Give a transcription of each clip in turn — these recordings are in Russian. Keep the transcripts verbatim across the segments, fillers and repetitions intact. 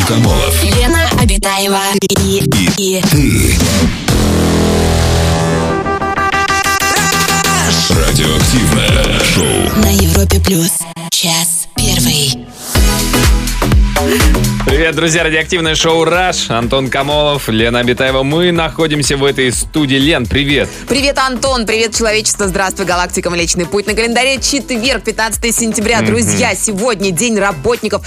Камолов, Лена Обитаева и, и, и ты. Радиоактивное шоу на Европе Плюс. Час первый. Привет, друзья, радиоактивное шоу «Раш». Антон Камолов, Лена Обитаева. Мы находимся в этой студии. Лен, привет. Привет, Антон, привет, человечество, здравствуй, галактика, Млечный Путь. На календаре четверг, пятнадцатое сентября. Mm-hmm. Друзья, сегодня День работников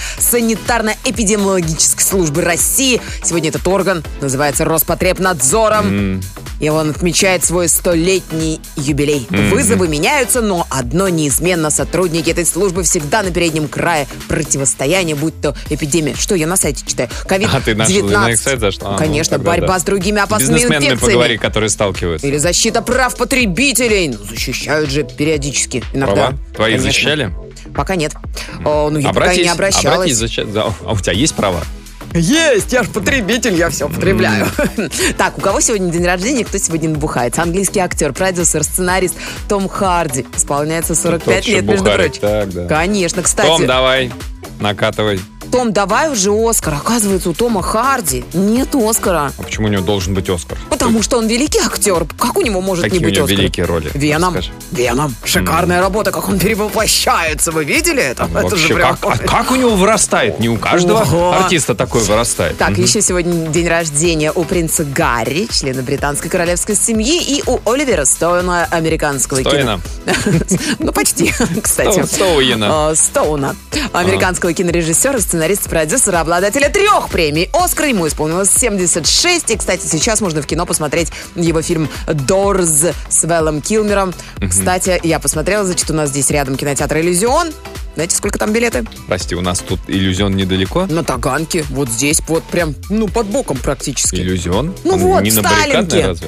санитарно-эпидемиологической службы России. Сегодня этот орган называется Роспотребнадзором. Mm-hmm. И он отмечает свой столетний юбилей. Mm-hmm. Вызовы меняются, но одно неизменно: сотрудники этой службы всегда на переднем крае противостояния, будь то эпидемия. Что я на сайте читаю? ковид девятнадцать. А ты нашел, на их сайт зашла? Конечно, ну, борьба да. с другими опасными бизнесменами инфекциями. Поговори, которые сталкиваются. Или защита прав потребителей. Ну, защищают же периодически. Иногда. Права? Твои Конечно. защищали? Пока нет. О, ну, я обратись, пока не обращалась. Обратись, защищать. А у тебя есть права? Есть, я же потребитель, я все потребляю. Mm. Так, у кого сегодня день рождения, кто сегодня набухается? Английский актер, продюсер, сценарист Том Харди. Исполняется сорок пять лет, между прочим. Так, да. Конечно, кстати. Том, давай, накатывай. Том, давай уже Оскар. Оказывается, у Тома Харди нет Оскара. А почему у него должен быть Оскар? Потому что он великий актер. Как у него может Какие не быть у него Оскара? великие роли? Веном. Скажи. Веном. Шикарная mm. работа, как он перевоплощается. Вы видели это? Ну, это вообще, же прям... как, а как у него вырастает? Не у каждого Ого. артиста такой вырастает. Так, угу. еще сегодня день рождения у принца Гарри, члена британской королевской семьи, и у Оливера Стоуна, американского Стоуна. кино. Ну, почти, кстати. Стоуна. Стоуна. Американского кинорежиссера, сценариста, продюсера, обладателя трех премий «Оскар». Ему исполнилось семьдесят шесть. И, кстати, сейчас можно в кино посмотреть его фильм «Дорз» с Вэлом Килмером. Угу. Кстати, я посмотрела, значит, у нас здесь рядом кинотеатр «Иллюзион». Знаете, сколько там билеты? Прости, у нас тут «Иллюзион» недалеко? На Таганке. Вот здесь, вот прям, ну, под боком практически. «Иллюзион»? Ну Он вот, не в на Баррикадной разве?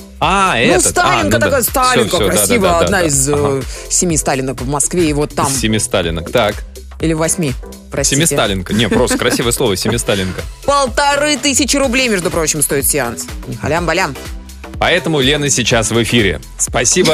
А, ну, этот. Сталинка а, ну, такая, да. Сталинка, все, все, красивая, да, да, да, одна да, из ага. э, семи Сталинок в Москве, и вот там. Из семи Сталинок, так. Или восьми, простите. Семисталинка. Не, просто красивое слово, семисталинка. Полторы тысячи рублей, между прочим, стоит сеанс. Халям-балям. Поэтому Лена сейчас в эфире. Спасибо.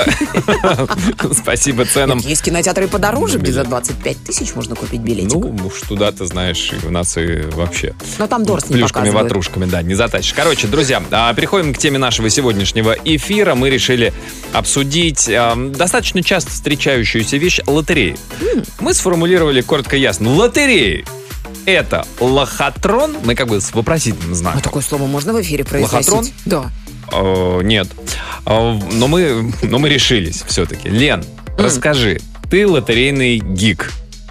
Спасибо ценам. Есть кинотеатры и подороже, где за двадцать пять тысяч можно купить билетик. Ну, уж туда, ты знаешь, у нас и вообще. Но там Дорс не плюшками, показывают. ватрушками, да, не затащишь. Короче, друзья, переходим к теме нашего сегодняшнего эфира. Мы решили обсудить э, достаточно часто встречающуюся вещь — лотереи. Mm. Мы сформулировали коротко и ясно. Лотереи — это лохотрон. Мы как бы с вопросительным знаком. А такое слово можно в эфире произносить? Лохотрон? Да. О, нет. О, но, мы, но мы решились все-таки. Лен, mm. расскажи, ты лотерейный гик.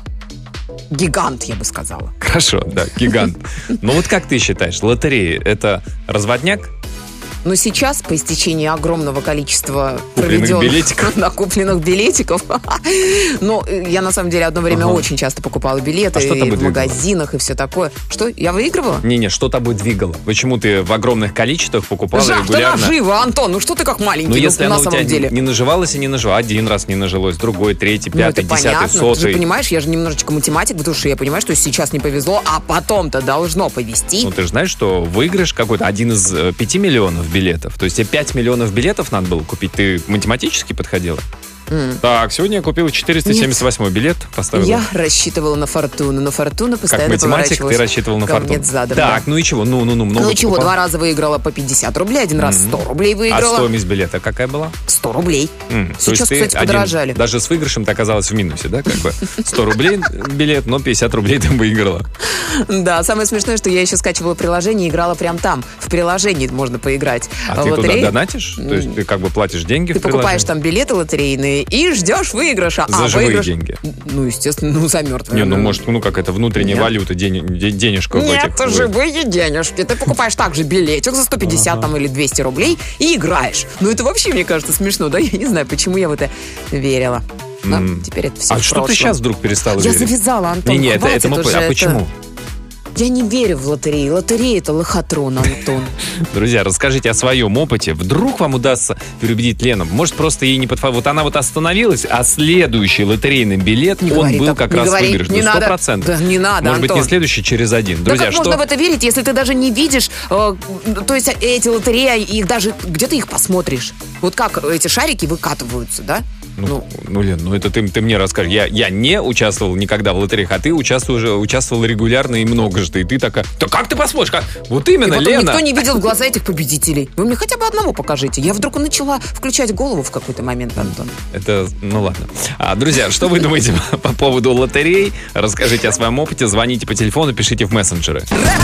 Гигант, я бы сказала. Хорошо, да, гигант. Но вот как ты считаешь, лотереи — это разводняк? Но сейчас, по истечении огромного количества купленных билетиков, накупленных билетиков, но я на самом деле одно время ага. очень часто покупала билеты, а что и в магазинах, и все такое. Что, я выигрывала? Не-не, что тобой двигало? Почему ты в огромных количествах покупала Жах, регулярно? Жах, нажива, Антон, ну что ты как маленький, ну, если ну, оно на самом у тебя деле. не наживалось и не наживалось, один раз не нажилось, другой, третий, пятый, ну, десятый, понятно. сотый. Ты же понимаешь, я же немножечко математик в душе, я понимаю, что сейчас не повезло, а потом-то должно повезти. Ну, ты же знаешь, что выигрыш какой-то один из э, пяти миллионов билетов, то есть тебе пять миллионов билетов надо было купить. Ты математически подходила? Mm. Так, сегодня я купила четыреста семьдесят восьмой билет, поставила. Я рассчитывала на фортуну, но фортуна постоянно как математик, ты рассчитывала на фортуну. Задом, так, да. ну и чего? Ну, ну, ну, много Ну и чего, покупал? два раза выиграла по пятьдесят рублей, один mm-hmm. раз сто рублей выиграла. А стоимость билета какая была? сто рублей. Mm. Сейчас, кстати, подорожали. Один, даже с выигрышем ты оказалась в минусе, да? Как бы сто рублей билет, но пятьдесят рублей ты выиграла. Да, самое смешное, что я еще скачивала приложение и играла прям там. В приложении можно поиграть. А ты туда донатишь? То есть ты как бы платишь деньги в приложении? Ты покупаешь там билеты лотерейные и ждешь выигрыша. За а, живые выигрыш... деньги? Ну, естественно, ну, за мертвые. Не, ну, может, ну, как это, внутренняя Нет. валюта, день, денежка Нет, в этих... это живые денежки. Ты покупаешь также билетик за сто пятьдесят ага. там, или двести рублей и играешь. Ну, это вообще, мне кажется, смешно, да? Я не знаю, почему я в это верила. Но mm. теперь это все А в что прошлом. ты сейчас вдруг перестала я верить? Я завязала, Антон, не, не, это, это мы... А почему? Это... Я не верю в лотереи. Лотерея — это лохотрон, Антон. Друзья, расскажите о своем опыте. Вдруг вам удастся переубедить Лену. Может, просто ей не подфа... Вот она вот остановилась, а следующий лотерейный билет, не он говори, был так, как не раз говори, выигрыш. Не сто процентов. Да, не надо, Может Антон. быть, не следующий, через один. Друзья, да как что... можно в это верить, если ты даже не видишь, э, то есть эти лотереи, их даже где ты их посмотришь? Вот как эти шарики выкатываются, да? Ну, Ну. ну, Лен, ну это ты, ты мне расскажешь. Я, я не участвовал никогда в лотереях, а ты участвовал, уже, участвовал регулярно и много же. И ты такая, да как ты посмотришь? Как? Вот именно, И потом Лена. никто не видел в глаза этих победителей. Вы мне хотя бы одного покажите. Я вдруг начала включать голову в какой-то момент, Антон. Это, ну ладно. А, друзья, что вы думаете по поводу лотерей? Расскажите о своем опыте, звоните по телефону, пишите в мессенджеры.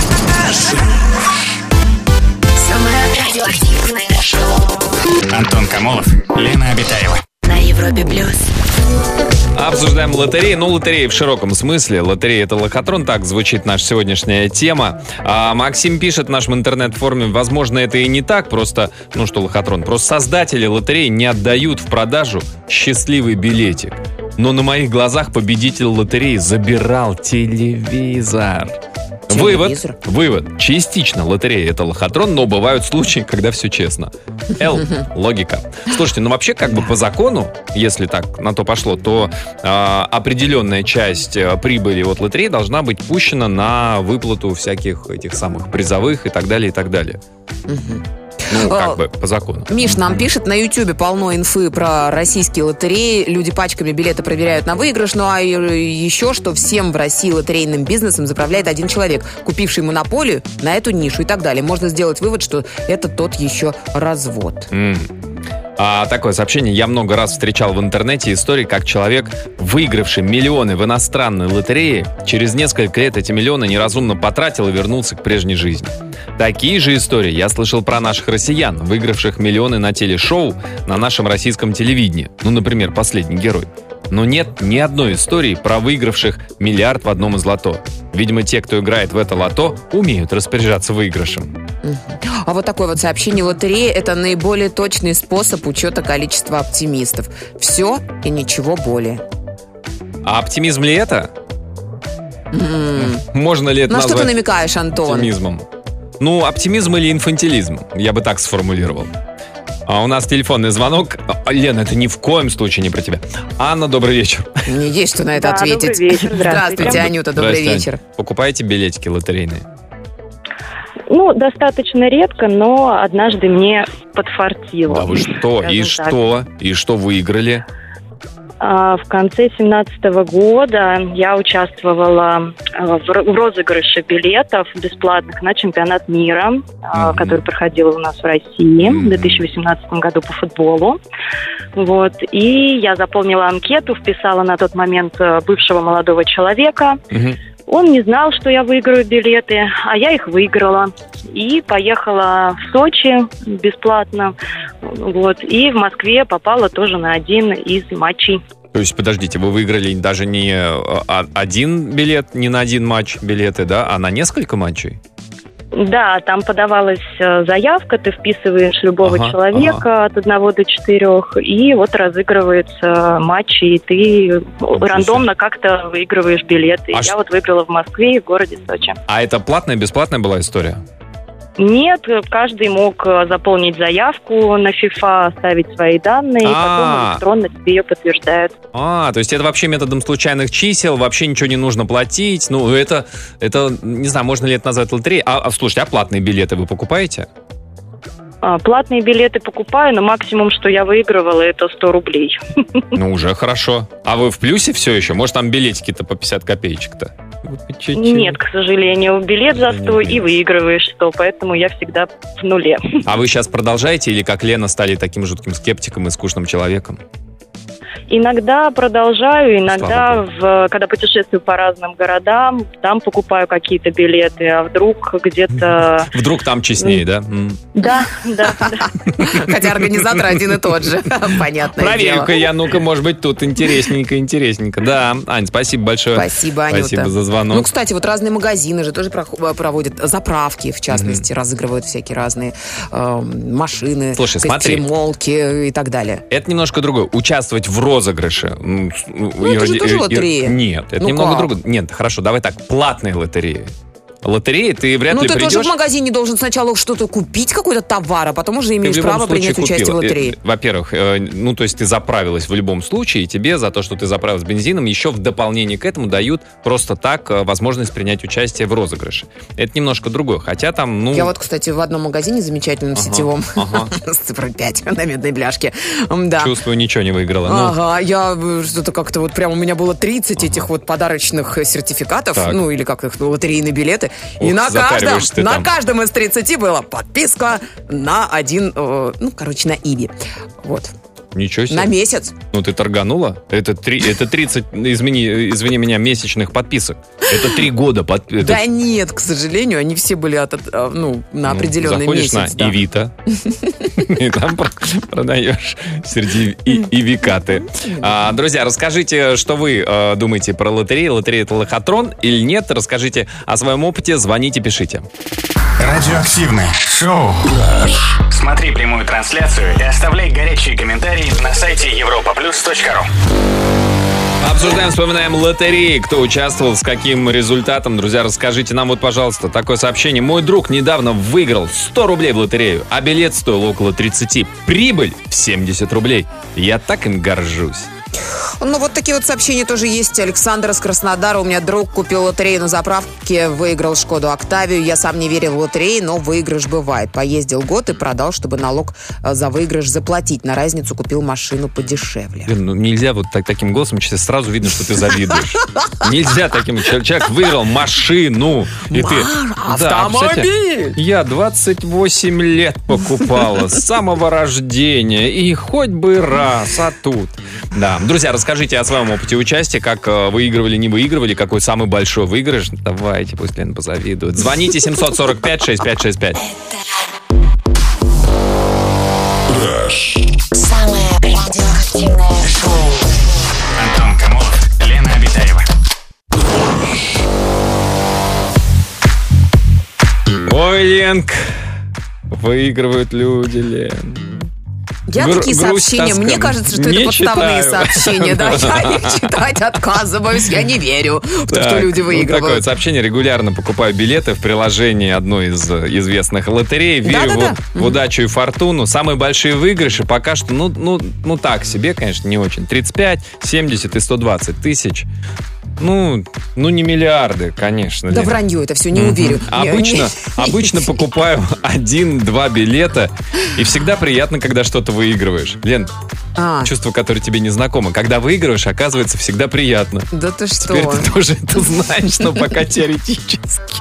Самое радиоактивное шоу Антон Камолов, Лена Обитаева. на Европе плюс. Обсуждаем лотереи, ну лотереи в широком смысле. Лотерея — это лохотрон, так звучит наша сегодняшняя тема. А Максим пишет в нашем интернет-форуме, возможно, это и не так, просто, ну что лохотрон, просто создатели лотереи не отдают в продажу счастливый билетик. Но на моих глазах победитель лотереи забирал телевизор. Телевизор? Вывод, вывод. Частично лотерея — это лохотрон, но бывают случаи, когда все честно. Л. Логика. Слушайте, ну вообще как бы по закону, если так на то пошло, то э, определенная часть э, прибыли от лотереи должна быть пущена на выплату всяких этих самых призовых и так далее, и так далее. Ну, как бы по закону. Миш нам пишет, на Ютьюбе полно инфы про российские лотереи. Люди пачками билеты проверяют на выигрыш. Ну а еще, что всем в России лотерейным бизнесом заправляет один человек, купивший монополию на эту нишу и так далее. Можно сделать вывод, что это тот еще развод. М. А такое сообщение. Я много раз встречал в интернете истории, как человек, выигравший миллионы в иностранной лотерее, через несколько лет эти миллионы неразумно потратил и вернулся к прежней жизни. Такие же истории я слышал про наших россиян, выигравших миллионы на телешоу на нашем российском телевидении. Ну, например, «Последний герой». Но нет ни одной истории про выигравших миллиард в одном из лото. Видимо, те, кто играет в это лото, умеют распоряжаться выигрышем. А вот такое вот сообщение: лотерея – это наиболее точный способ учета количества оптимистов. Все и ничего более. А оптимизм ли это? Можно ли это На что ты назвать намекаешь, Антон? оптимизмом? Ну, оптимизм или инфантилизм? Я бы так сформулировал. А у нас телефонный звонок. А, Лена, это ни в коем случае не про тебя. Анна, добрый вечер. Мне есть что на это Да, ответить. добрый вечер, здравствуйте. Здравствуйте, Анюта, добрый Здрасте, Ань. вечер. Покупаете билетики лотерейные? Ну, достаточно редко, но однажды мне подфартило. Да вы что? Скажем И так. что? И что выиграли? А, В конце семнадцатого года я участвовала а, в ро- в розыгрыше билетов бесплатных на чемпионат мира, а, Мгм. который проходил у нас в России Мгм. в две тысячи восемнадцатом году по футболу. Вот. И я заполнила анкету, вписала на тот момент а, бывшего молодого человека. Мгм. Он не знал, что я выиграю билеты, а я их выиграла. И поехала в Сочи бесплатно. Вот. И в Москве попала тоже на один из матчей. То есть, подождите, вы выиграли даже не а, один билет, не на один матч билеты, да, а на несколько матчей? Да, там подавалась э, заявка, ты вписываешь любого Ага, человека от одного до четырех, и вот разыгрываются матчи, и ты рандомно как-то выигрываешь билеты. А Я ш- вот выиграла в Москве и в городе Сочи. А это платная, бесплатная была история? Нет, каждый мог э, заполнить заявку на FIFA, оставить свои данные, и А. потом электронно тебе ее подтверждают. А, то есть это вообще методом случайных чисел, вообще ничего не нужно платить. Ну, это, это не знаю, можно ли это назвать лотереей. А, а слушайте, а платные билеты вы покупаете? А, Платные билеты покупаю, но максимум, что я выигрывала, это сто рублей. Ну, уже хорошо. А вы в плюсе все еще? Может, там билетики-то по пятьдесят копеечек-то? Чуть-чуть. Нет, к сожалению, билет за сто Нет, и нет. выигрываешь сто, поэтому я всегда в нуле. А вы сейчас продолжаете или, как Лена, стали таким жутким скептиком и скучным человеком? Иногда продолжаю, иногда, Слава в, когда путешествую по разным городам, там покупаю какие-то билеты, а вдруг где-то... Вдруг там честнее, да? М. Да, да, да. Хотя организатор один и тот же. Понятное Проверю-ка дело. я, ну-ка, может быть, тут интересненько, интересненько. Да, Ань, спасибо большое. Спасибо, Анюта. Спасибо за звонок. Ну, кстати, вот разные магазины же тоже прох- проводят, заправки, в частности, разыгрывают всякие разные э, машины, Слушай, смотри. кофемолки и так далее. Это немножко другое. Участвовать в розыгрыше. Ну, это же тоже лотерея. Нет, это Ну немного как? другое. Нет, хорошо, давай так. Платные лотереи. лотереи, ты вряд Ну, ли ты придешь... тоже в магазине должен сначала что-то купить, какой-то товар, а потом уже имеешь Ты в любом право случае принять участие в купила. лотерее. Э, Во-первых, э, ну, то есть ты заправилась в любом случае, и тебе за то, что ты заправилась бензином, еще в дополнение к этому дают просто так э, возможность принять участие в розыгрыше. Это немножко другое, хотя там, ну... Я вот, кстати, в одном магазине замечательном, Ага, сетевом, ага. с цифрой пять на медной бляшке. Да. Чувствую, ничего не выиграла. Ну, Ага, я э, что-то как-то вот прям у меня было тридцать этих вот подарочных э, сертификатов, Так. ну или как их, ну, лотерейные билеты. И Ух, на каждом, затариваешься ты на там. каждом из тридцати была подписка на один, э, ну, короче, на Иви. Вот. Ничего себе. На месяц. Ну, ты торганула? Это, три, это тридцать, извини, извини меня, месячных подписок. Это три года. Под, это, Да нет, к сожалению, они все были от, от, а, ну, на ну, определенный заходишь месяц. на да. Ивита, и там про- продаешь среди и- ивикаты. А, Друзья, расскажите, что вы э, думаете про лотерею. Лотерея — это лохотрон или нет? Расскажите о своем опыте, звоните, пишите. Радиоактивное шоу. Смотри прямую трансляцию и оставляй горячие комментарии на сайте европа плюс точка ру. Обсуждаем, вспоминаем лотереи. Кто участвовал, с каким результатом. Друзья, расскажите нам вот, пожалуйста, такое сообщение. Мой друг недавно выиграл сто рублей в лотерею, а билет стоил около тридцать. Прибыль в семьдесят рублей. Я так им горжусь. Ну, вот такие вот сообщения тоже есть. Александр из Краснодара. У меня друг купил лотерею на заправке, выиграл Шкоду Октавию. Я сам не верил в лотереи, но выигрыш бывает. Поездил год и продал, чтобы налог э, за выигрыш заплатить. На разницу купил машину подешевле. Блин, ну нельзя вот так, таким голосом, сейчас сразу видно, что ты завидуешь. Нельзя таким. Человек выиграл машину. И ты... Да, автомобиль! Я двадцать восемь лет покупала с самого рождения. И хоть бы раз, а тут... Да, друзья, расскажите о своем опыте участия, как э, выигрывали, не выигрывали, какой самый большой выигрыш. Давайте, пусть Лена позавидует. Звоните семьсот сорок пять шестьдесят пять шестьдесят пять. Самое радиоактивное шоу. Антон Камолов, Лена Обитаева. Ой, Ленк, выигрывают люди, Лен. Я Гру- такие грусть, сообщения, тоска. мне кажется, что Не это подставные читаю. сообщения. Да, я их читать отказываюсь, я не верю в то, что Так, люди ну, такое выигрывают. сообщение. Регулярно покупаю билеты в приложении одной из э, известных лотерей. Верю Да-да-да. в, в удачу и фортуну. Самые большие выигрыши пока что, ну, ну, ну так себе, конечно, не очень. тридцать пять, семьдесят и сто двадцать тысяч. Ну, ну не миллиарды, конечно. Да Лен. вранье это все, не Мгм. уверю. Не- Обычно, не- обычно покупаю один-два билета, и всегда приятно, когда что-то выигрываешь. Лен, А, чувство, которое тебе не знакомо. Когда выигрываешь, оказывается, всегда приятно. да ты что? Теперь ты тоже это знаешь, но пока теоретически.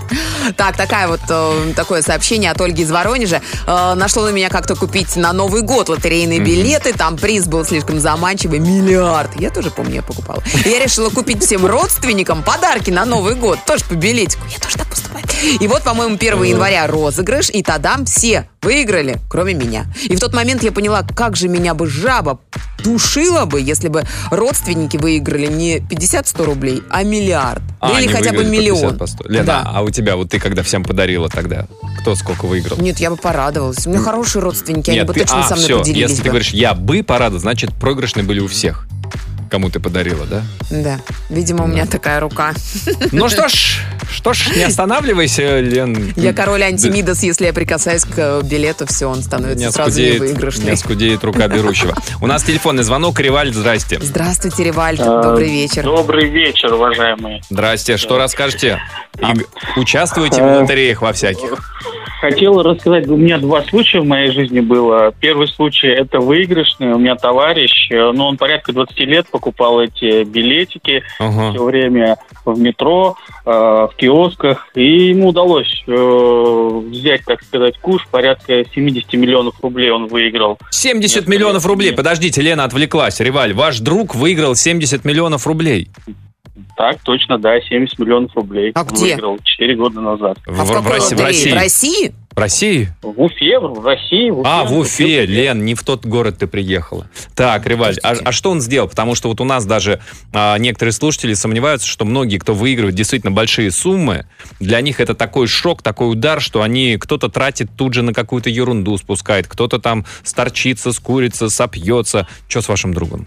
Так, такая вот, э, такое сообщение от Ольги из Воронежа. Э, нашло на меня как-то купить на Новый год лотерейные билеты. Там приз был слишком заманчивый. Миллиард. Я тоже помню, я покупала. И я решила купить всем родственникам подарки на Новый год. Тоже по билетику. Я тоже так поступаю. И вот, по-моему, первого января розыгрыш. И тогда все выиграли, кроме меня. И в тот момент я поняла, как же меня бы жаба душила бы, если бы родственники выиграли не пятьдесят-сто рублей, а миллиард. А, Или они хотя бы выиграли по пятьдесят, миллион. по сто. Лена, Да. а у тебя, вот ты когда всем подарила тогда, кто сколько выиграл? Нет, я бы порадовалась. У меня хорошие родственники, они Нет, бы ты, точно а, со мной все, поделились если бы. ты говоришь, я бы порадовал, значит, проигрышные были у всех. Кому ты подарила, да? Да, видимо, у меня такая рука. Ну что ж, что ж, не останавливайся, Лен. Я король антимидас, если я прикасаюсь к э, билету, все, он становится Не сразу скудеет, невыигрышный. не скудеет рука берущего. У нас телефонный звонок. Риваль, здрасте. Здравствуйте, Ревальд, А, добрый вечер. Добрый вечер, уважаемые. Здрасте, что расскажете? И участвуете в Э, лотереях во всяких? Хотел рассказать, у меня два случая в моей жизни было. Первый случай – это выигрышный. У меня товарищ, э, ну, он порядка двадцать лет покупал эти билетики Ага. все время в метро, э, в киосках. И ему удалось э, взять, так сказать, куш. Порядка семьдесят миллионов рублей он выиграл. семьдесят Нет, миллионов нет, рублей. нет. Подождите, Лена отвлеклась. Риваль, ваш друг выиграл семьдесят миллионов рублей. Так, точно, да, семьдесят миллионов рублей. А он где? выиграл четыре года назад. В, А в в какой России, в лотерее? России. В России? В России? В Уфе, в России. В Уфе. А, в Уфе, В Лен, не в тот город ты приехала. Так, Риваль, а, а что он сделал? Потому что вот у нас даже а, некоторые слушатели сомневаются, что многие, кто выигрывает действительно большие суммы, для них это такой шок, такой удар, что они, кто-то тратит тут же на какую-то ерунду, спускает, кто-то там сторчится, скурится, сопьется. Что с вашим другом?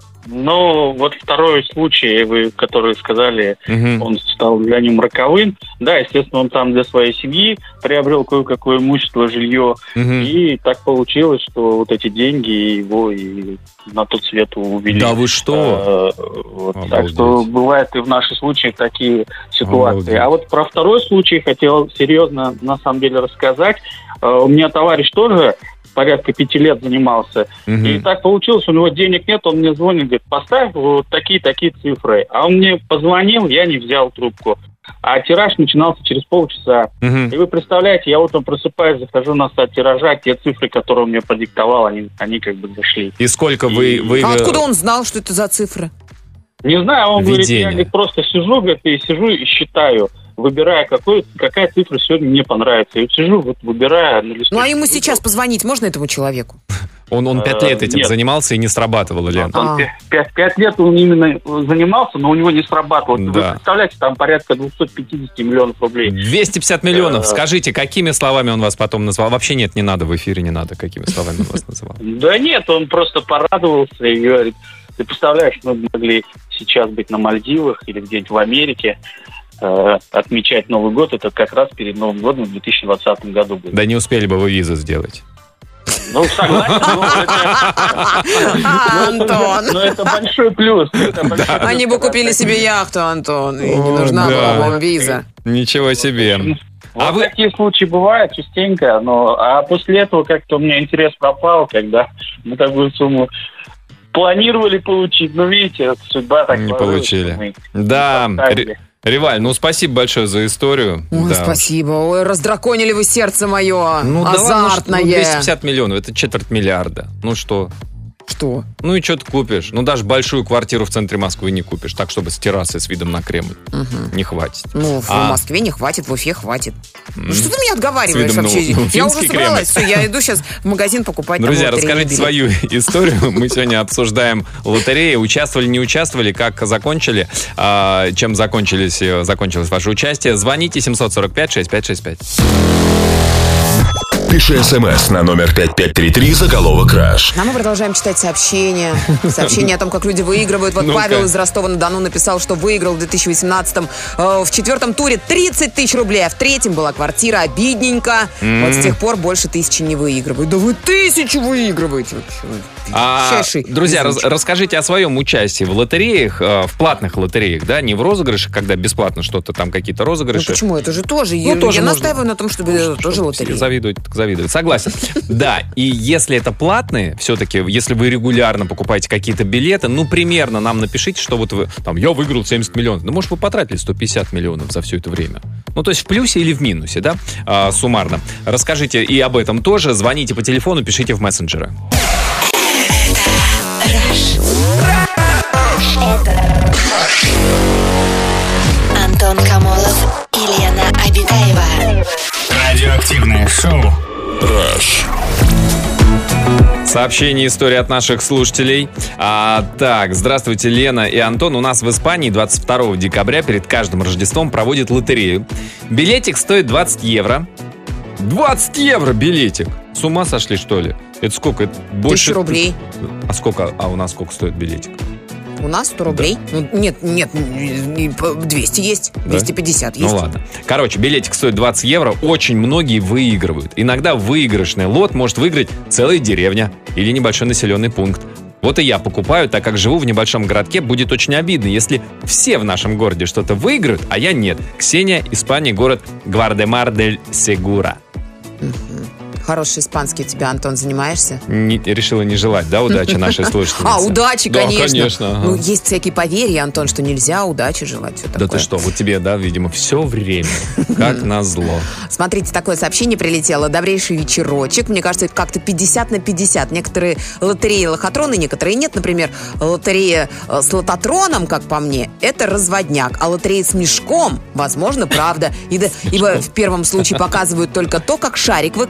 Ну, вот второй случай, вы, который сказали, Мгм. он стал для него роковым. Да, естественно, он там для своей семьи приобрел кое-какое имущество, жилье. Угу. И так получилось, что вот эти деньги его и на тот свет увели. Да вы что? А, вот, так что бывают и в наших случаях такие ситуации. Обалдеть. А вот про второй случай хотел серьезно, на самом деле, рассказать. У меня товарищ тоже порядка пяти лет занимался. Угу. И так получилось, у него денег нет, он мне звонит, говорит, поставь вот такие-такие цифры. А он мне позвонил, я не взял трубку. А тираж начинался через полчаса. Угу. И вы представляете, я утром просыпаюсь, захожу на сайт тиража, те цифры, которые он мне продиктовал, они, они как бы дошли. И сколько вы... И... вы... А откуда он знал, что это за цифры? Не знаю, он Видение. говорит, я говорит, просто сижу, говорит, и сижу и считаю, выбирая, какой, какая цифра сегодня мне понравится. И вот сижу, вот выбирая на листочке. Ну, а ему сейчас позвонить можно этому человеку? Он, он пять лет этим Нет. занимался и не срабатывало, Лен. Он пять, пять лет он именно занимался, но у него не срабатывало. Да. Вы представляете, там порядка двести пятьдесят миллионов рублей. двести пятьдесят миллионов. Скажите, какими словами он вас потом назвал? Вообще нет, не надо, в эфире не надо. Какими словами он вас называл? Да нет, он просто порадовался и говорит, ты представляешь, мы могли сейчас быть на Мальдивах или где-нибудь в Америке, э, отмечать Новый год. Это как раз перед Новым годом в две тысячи двадцатом году было. Да не успели бы вы визу сделать. Ну, согласен, но это... Но это большой плюс. Они бы купили себе яхту, Антон, и не нужна была вам виза. Ничего себе. Вот а вы... такие случаи бывают частенько, но а после этого как-то у меня интерес пропал, когда мы такую сумму планировали получить, но видите, судьба так не сложилась, получили. Да, Реваль, ну спасибо большое за историю. Ой, да. спасибо. Ой, раздраконили вы сердце мое. Ну, азартное. Да, ну, двести пятьдесят миллионов, это четверть миллиарда. Ну что? Что? Ну и что ты купишь? Ну даже большую квартиру в центре Москвы не купишь, так чтобы с террасой с видом на Кремль. Угу. Не хватит. Ну, в а... Москве не хватит, в Уфе хватит. Ну что ты меня отговариваешь видом, вообще? Ну, я уже собралась, все, я иду сейчас в магазин покупать. Друзья, расскажите свою историю. Мы сегодня обсуждаем лотереи. Участвовали, не участвовали, как закончили, чем закончились, закончилось ваше участие. Звоните семьсот сорок пять шестьдесят пять шестьдесят пять. Пиши смс на номер пять пять три три, заголовок «Краш». А мы продолжаем читать сообщения. Сообщения о том, как люди выигрывают. Вот ну-ка. Павел из Ростова-на-Дону написал, что выиграл в две тысячи восемнадцатом э, в четвертом туре тридцать тысяч рублей, а в третьем была квартира, обидненько. Mm-hmm. Вот с тех пор больше тысячи не выигрывают. Да вы тысячу выигрываете вообще. А, друзья, раз, расскажите о своем участии в лотереях, э, в платных лотереях, да, не в розыгрышах, когда бесплатно что-то, там какие-то розыгрыши. Ну почему? Это же тоже. Ну, я тоже я можно... настаиваю на том, чтобы это тоже лотерея. Завидуют, так завидуют. Согласен. Да, и если это платные, все-таки, если вы регулярно покупаете какие-то билеты, ну, примерно нам напишите, что вот вы, там, я выиграл семьдесят миллионов. Ну, может, вы потратили сто пятьдесят миллионов за все это время. Ну, то есть в плюсе или в минусе, да, а, суммарно. Расскажите и об этом тоже. Звоните по телефону, пишите в мессенджеры. Антон Камолов и Лена Обитаева. Радиоактивное шоу. Rush. Сообщение, история от наших слушателей. А, так, здравствуйте, Лена и Антон. У нас в Испании двадцать второго декабря перед каждым Рождеством проводят лотерею. Билетик стоит двадцать евро. двадцать евро билетик! С ума сошли, что ли? Это сколько? Это больше... Тысяча рублей. А сколько? А у нас сколько стоит билетик? У нас сто рублей. Да. Ну, нет, нет, двести есть, двести пятьдесят да? есть. Ну ладно. Короче, билетик стоит двадцать евро. Очень многие выигрывают. Иногда выигрышный лот может выиграть целая деревня или небольшой населенный пункт. Вот и я покупаю, так как живу в небольшом городке. Будет очень обидно, если все в нашем городе что-то выиграют, а я нет. Ксения, Испания, город Гвардемар-дель-Сегура. Хороший испанский у тебя, Антон, занимаешься? Не, решила не желать, да, удачи нашей слушательнице? А, удачи, конечно. Да, конечно. Ага. Ну, есть всякие поверья, Антон, что нельзя удачи желать. Все такое. Да ты что, вот тебе, да, видимо, все время, как назло. Смотрите, такое сообщение прилетело. Добрейший вечерочек. Мне кажется, это как-то пятьдесят на пятьдесят. Некоторые лотереи лохотроны, некоторые нет. Например, лотерея с лототроном, как по мне, это разводняк. А лотерея с мешком, возможно, правда. Ибо в первом случае показывают только то, как шарик выкатывается,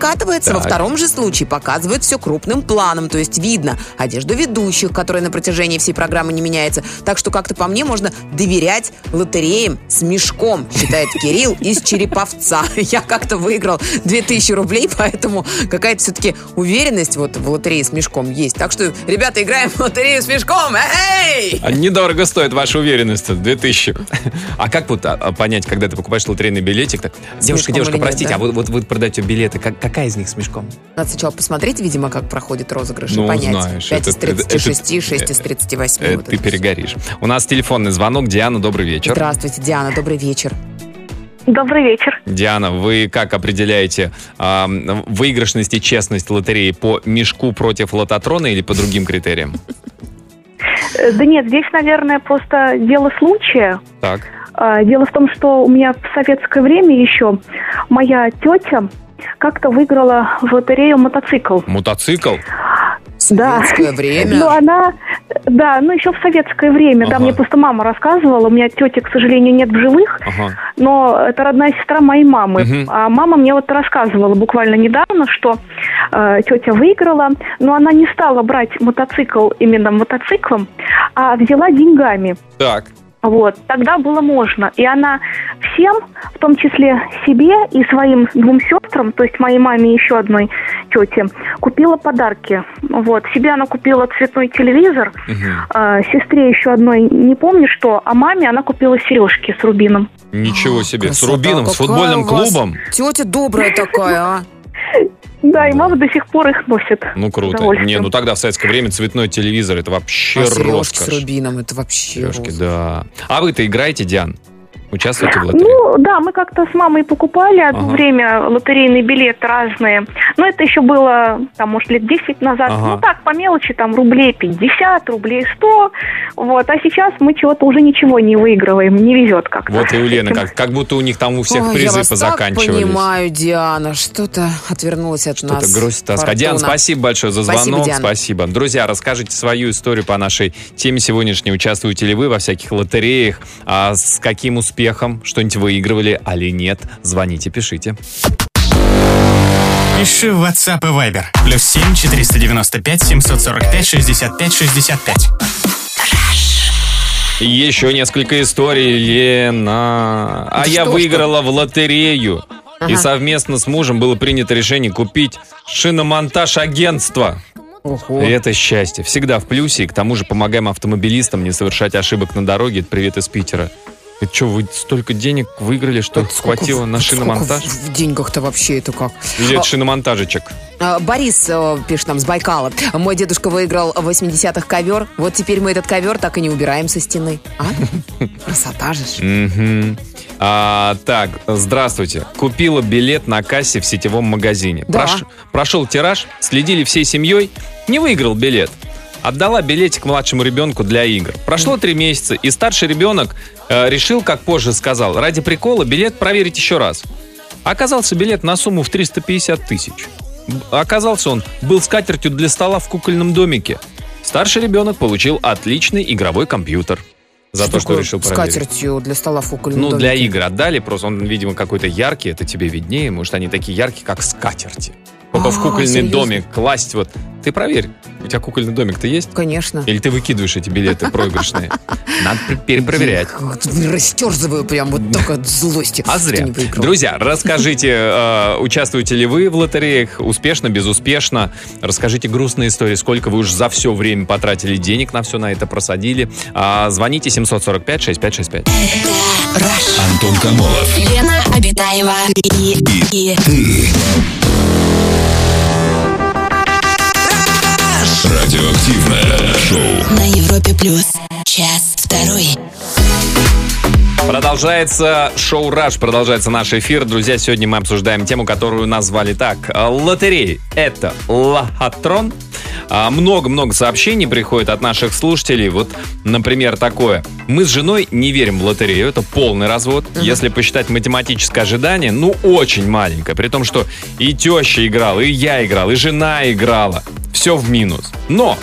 Так. Во втором же случае показывают все крупным планом, то есть видно одежду ведущих, которая на протяжении всей программы не меняется. Так что как-то по мне можно доверять лотереям с мешком, считает Кирилл из Череповца. Я как-то выиграл две тысячи рублей, поэтому какая-то все-таки уверенность вот в лотерее с мешком есть. Так что, ребята, играем в лотерею с мешком. Эй! Недорого стоит ваша уверенность, две тысячи. А как вот а, понять, когда ты покупаешь лотерейный билетик? Так, девушка, девушка, простите, нет, да? а вот, вот вы продаете билеты, как, какая из них с мешком? Надо сначала посмотреть, видимо, как проходит розыгрыш, ну, и понять. знаешь, пять из тридцати шести, шесть из тридцати восьми. Это, вот ты это перегоришь. Все. У нас телефонный звонок. Диана, добрый вечер. Здравствуйте, Диана, добрый вечер. Добрый вечер. Диана, вы как определяете э, выигрышность и честность лотереи? По мешку против лототрона или по другим критериям? Да нет, здесь, наверное, просто дело случая. Так. Дело в том, что у меня в советское время еще моя тетя как-то выиграла в лотерею мотоцикл. Мотоцикл? Да. Советское время? Ну, она... Да, ну еще в советское время. Ага. Да, мне просто мама рассказывала. У меня тети, к сожалению, нет в живых. Ага. Но это родная сестра моей мамы. Угу. А мама мне вот рассказывала буквально недавно, что э, тетя выиграла, но она не стала брать мотоцикл именно мотоциклом, а взяла деньгами. Так. Вот, тогда было можно. И она всем, в том числе себе и своим двум сестрам, то есть моей маме и еще одной тете, купила подарки. Вот, себе она купила цветной телевизор, угу. а, сестре еще одной не помню что, а маме она купила сережки с рубином. Ничего себе, красота, с рубином, с футбольным клубом. Тетя добрая такая, а. Да, и мама до сих пор их носит. Ну, круто. Не, ну тогда в советское время цветной телевизор, это вообще а роскошь. сережки с рубином, это вообще сережки, роскошь. да. А вы-то играете, Диан? Участвуете в лотерее? Ну, да, мы как-то с мамой покупали одно ага. время лотерейные билеты разные. Но это еще было, там, может, лет десять назад. Ага. Ну, так, по мелочи, там, рублей пятьдесят, рублей сто. Вот. А сейчас мы чего-то уже ничего не выигрываем. Не везет как-то. Вот и у Лены, как, как будто у них там у всех Ой, призы я вас позаканчивались. так понимаю, Диана. Что-то отвернулось от Что-то нас. Что-то грусть, тоска. Фортуна. Диан, спасибо большое за звонок. Спасибо, Диана. Спасибо. Друзья, расскажите свою историю по нашей теме сегодняшней. Участвуете ли вы во всяких лотереях? А с каким успехом? Что-нибудь выигрывали, али нет? Звоните, пишите. Пиши в WhatsApp и Viber. Плюс семь четыреста девяносто пять семьсот сорок пять шестьдесят пять шестьдесят пять. Еще несколько историй, Лена. А Да я что, выиграла в лотерею. Ага. И совместно с мужем было принято решение купить шиномонтаж-агентство. Ого. И это счастье. Всегда в плюсе. И к тому же помогаем автомобилистам не совершать ошибок на дороге. Это привет из Питера. Это что, вы столько денег выиграли, что Это сколько хватило в- на сколько шиномонтаж? В, в деньгах-то вообще это как? Или это А, шиномонтажечек? а, Борис э, пишет нам с Байкала. Мой дедушка выиграл в восьмидесятых ковер. Вот теперь мы этот ковер так и не убираем со стены. А? Красота же. ж. Мгм. А, так, здравствуйте. Купила билет на кассе в сетевом магазине. Да. Прош- прошел тираж, следили всей семьей, не выиграл билет. Отдала билетик младшему ребенку для игр. Прошло три месяца, и старший ребенок э, решил, как позже сказал, ради прикола билет проверить еще раз. Оказался билет на сумму в триста пятьдесят тысяч. Оказался он был скатертью для стола в кукольном домике. Старший ребенок получил отличный игровой компьютер. За то, что такое решил проверить. скатертью для стола в кукольном Ну, домике? для игр отдали, просто он, видимо, какой-то яркий, это тебе виднее. Может, они такие яркие, как скатерти. Только в А, кукольный серьезно? домик класть вот. Ты проверь, у тебя кукольный домик-то есть? Конечно. Или ты выкидываешь эти билеты проигрышные? Надо пр- перепроверять. Я растерзываю прям вот так от злости. А что зря. не выиграл. Друзья, расскажите, э, участвуете ли вы в лотереях? Успешно, безуспешно? Расскажите грустные истории. Сколько вы уж за все время потратили денег на все на это, просадили? А, звоните семьсот сорок пять шестьдесят пять шестьдесят пять. Антон Камолов. Лена Обитаева и, и, и. Радиоактивное шоу. На Европе плюс. Час второй. Продолжается шоу «Раш», продолжается наш эфир. Друзья, сегодня мы обсуждаем тему, которую назвали так. Лотереи – это лохотрон. А, Много-много сообщений приходит от наших слушателей. Вот, например, такое. Мы с женой не верим в лотерею. Это полный развод. Uh-huh. Если посчитать математическое ожидание, ну, очень маленькое. При том, что и теща играла, и я играл, и жена играла. Все в минус. Но в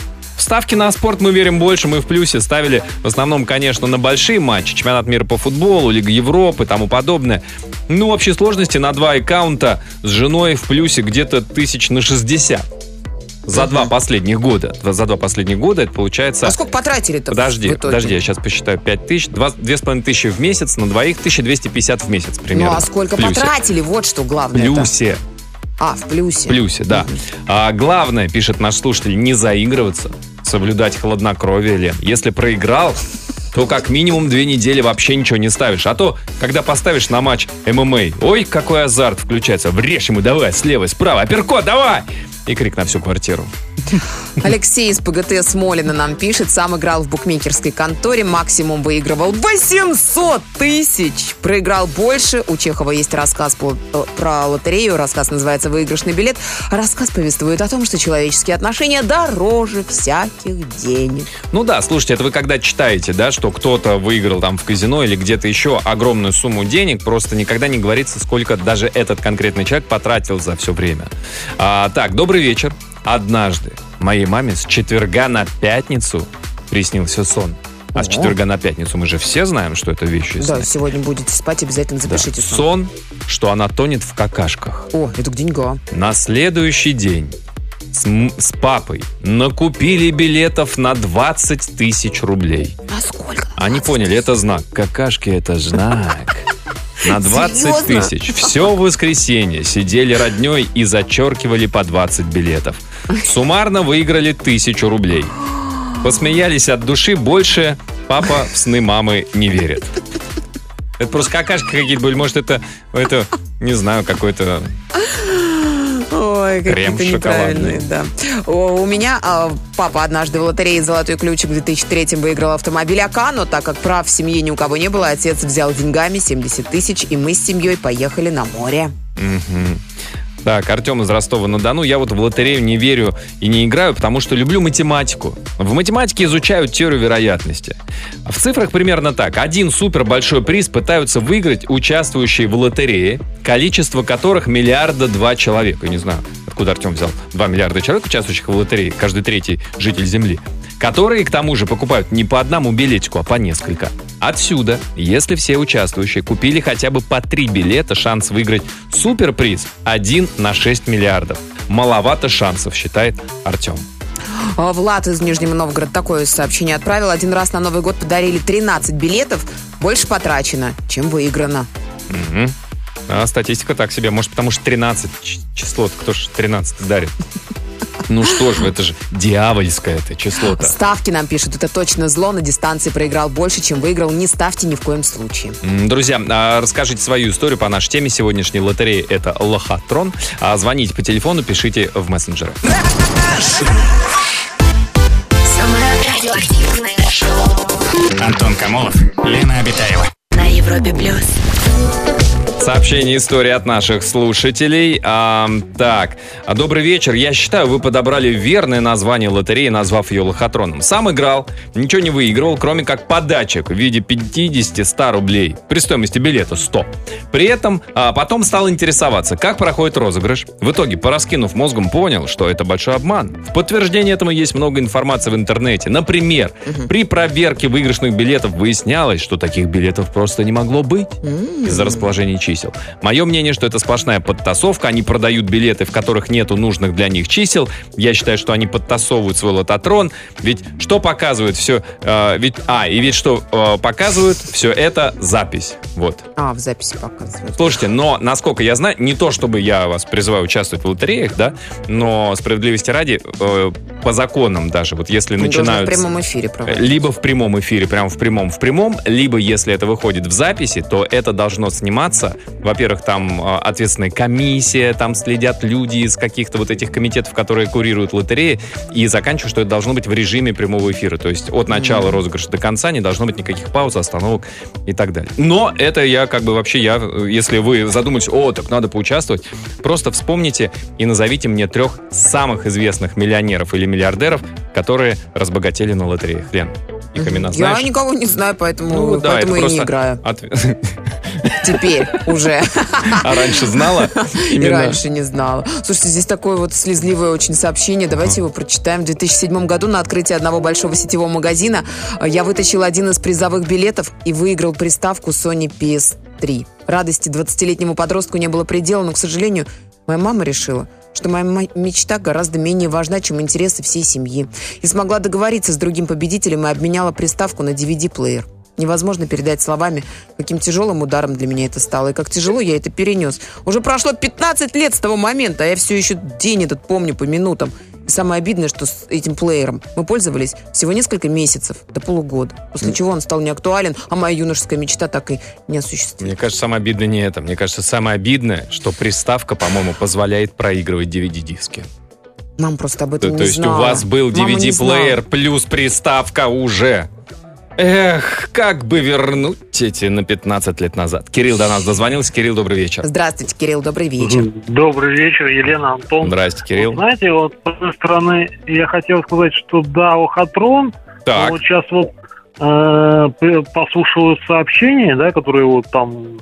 ставки на спорт мы верим больше, мы в плюсе. Ставили в основном, конечно, на большие матчи. Чемпионат мира по футболу, Лига Европы и тому подобное. Ну, в общей сложности на два аккаунта с женой в плюсе где-то тысяч на шестьдесят. За uh-huh. два последних года. За два последних года это получается... А сколько потратили-то Подожди, в итоге? подожди, я сейчас посчитаю. пять тысяч, две с половиной тысячи в месяц, на двоих тысяча двести пятьдесят в месяц примерно. Ну, а сколько потратили? Вот что главное. В плюсе. А, в плюсе. В плюсе, да. Uh-huh. А главное, пишет наш слушатель, не заигрываться, соблюдать хладнокровие, Лен. Если проиграл, то как минимум две недели вообще ничего не ставишь. А то, когда поставишь на матч эм эм а, ой, какой азарт включается. Врежь ему, давай, слева, справа, апперкот, давай! И крик на всю квартиру. Алексей из ПГТ Смолина нам пишет. Сам играл в букмекерской конторе. Максимум выигрывал восемьсот тысяч. Проиграл больше. У Чехова есть рассказ по, про лотерею. Рассказ называется «Выигрышный билет». Рассказ повествует о том, что человеческие отношения дороже всяких денег. Ну да, слушайте, это вы когда читаете, да, что кто-то выиграл там в казино или где-то еще огромную сумму денег, просто никогда не говорится, сколько даже этот конкретный человек потратил за все время. А, так, добрый вечер. Однажды моей маме с четверга на пятницу приснился сон. А О. с четверга на пятницу мы же все знаем, что это вещи. Да, сегодня будете спать, обязательно запишите да. сон. Сон, что она тонет в какашках. О, это к деньгам. На следующий день с, с папой накупили билетов на двадцать тысяч рублей. А сколько? Они поняли, это знак. Какашки — это знак. На двадцать тысяч. Все воскресенье сидели родней и зачеркивали по двадцать билетов. Суммарно выиграли тысячу рублей. Посмеялись от души, больше папа в сны мамы не верит. Это просто какашки какие-то были. Может, это, это не знаю, какой-то... Ой, какие-то неправильные, да. У меня а, папа однажды в лотерее «Золотой ключик» в две тысячи третьем выиграл автомобиль АК, но так как прав в семье ни у кого не было, отец взял деньгами семьдесят тысяч, и мы с семьей поехали на море. Угу. Так, Артем из Ростова-на-Дону. Я вот в лотерею не верю и не играю, потому что люблю математику. В математике изучают теорию вероятности. В цифрах примерно так. Один супер большой приз пытаются выиграть участвующие в лотерее, количество которых миллиарда два человека. Не знаю, откуда Артем взял два миллиарда человек, участвующих в лотерее, каждый третий житель Земли, которые, к тому же, покупают не по одному билетику, а по несколько. Отсюда, если все участвующие купили хотя бы по три билета, шанс выиграть суперприз один на шесть миллиардов. Маловато шансов, считает Артем. Влад из Нижнего Новгорода такое сообщение отправил. Один раз на Новый год подарили тринадцать билетов. Больше потрачено, чем выиграно. Угу. А статистика так себе. Может, потому что тринадцать число. Кто ж тринадцать дарит? Ну что ж, это же дьявольское это число-то. Ставки нам пишут, это точно зло. На дистанции проиграл больше, чем выиграл. Не ставьте ни в коем случае. Друзья, расскажите свою историю по нашей теме. Сегодняшней лотереи — это лохотрон. Звоните по телефону, пишите в мессенджеры. Антон Камолов, Лена Обитаева. На Европе плюс. Сообщение, истории от наших слушателей. А, так, добрый вечер. Я считаю, вы подобрали верное название лотереи, назвав ее лохотроном. Сам играл, ничего не выигрывал, кроме как подачек в виде пятьдесят-сто рублей. При стоимости билета сто. При этом а, потом стал интересоваться, как проходит розыгрыш. В итоге, пораскинув мозгом, понял, что это большой обман. В подтверждение этому есть много информации в интернете. Например, угу. при проверке выигрышных билетов выяснялось, что таких билетов просто не могло быть из-за расположения чисел. Мое мнение, что это сплошная подтасовка. Они продают билеты, в которых нету нужных для них чисел. Я считаю, что они подтасовывают свой лототрон. Ведь что показывает все... Э, ведь, а, и ведь что э, показывают, все это запись. Вот. А, в записи показывают. Слушайте, но, насколько я знаю, не то, чтобы я вас призываю участвовать в лотереях, да, но справедливости ради, э, по законам даже, вот если ну, начинают... в прямом эфире проводить. Либо в прямом эфире, прямо в прямом в прямом, либо если это выходит в записи, то это должно сниматься. Во-первых, там э, ответственная комиссия, там следят люди из каких-то вот этих комитетов, которые курируют лотереи, и заканчиваю, что это должно быть в режиме прямого эфира. То есть от начала mm-hmm. розыгрыша до конца не должно быть никаких пауз, остановок и так далее. Но это я как бы вообще, я, если вы задумаетесь, о, так надо поучаствовать, просто вспомните и назовите мне трех самых известных миллионеров или миллиардеров, которые разбогатели на лотереях. Лен, них имена знаешь? Я никого не знаю, поэтому, ну, да, поэтому и просто не играю. От... Теперь уже. А раньше знала? И раньше не знала. Слушайте, здесь такое вот слезливое очень сообщение. Давайте его прочитаем. В две тысячи седьмом году на открытии одного большого сетевого магазина я вытащил один из призовых билетов и выиграл приставку Sony пи эс три. Радости двадцатилетнему подростку не было предела, но, к сожалению, моя мама решила, что моя мечта гораздо менее важна, чем интересы всей семьи. И смогла договориться с другим победителем и обменяла приставку на ди ви ди-плеер. Невозможно передать словами, каким тяжелым ударом для меня это стало, и как тяжело я это перенес. Уже прошло пятнадцать лет с того момента, а я все еще день этот помню по минутам. И самое обидное, что с этим плеером мы пользовались всего несколько месяцев, до полугода, после чего он стал неактуален, а моя юношеская мечта так и не осуществилась. Мне кажется, самое обидное не это. Мне кажется, самое обидное, что приставка, по-моему, позволяет проигрывать ди ви ди-диски. Мама просто об этом то, не то есть знала. у вас был ди ви Мама не ди-плеер знала. плюс приставка уже. Эх, как бы вернуть эти на пятнадцать лет назад. Кирилл до нас дозвонился. Кирилл, добрый вечер. Здравствуйте, Кирилл, добрый вечер. Добрый вечер, Елена, Антон. Здрасте, Кирилл. Вот, знаете, вот с одной стороны, я хотел сказать, что да, Охотрон. Так. Вот сейчас вот э, послушал сообщения, да, которые вот там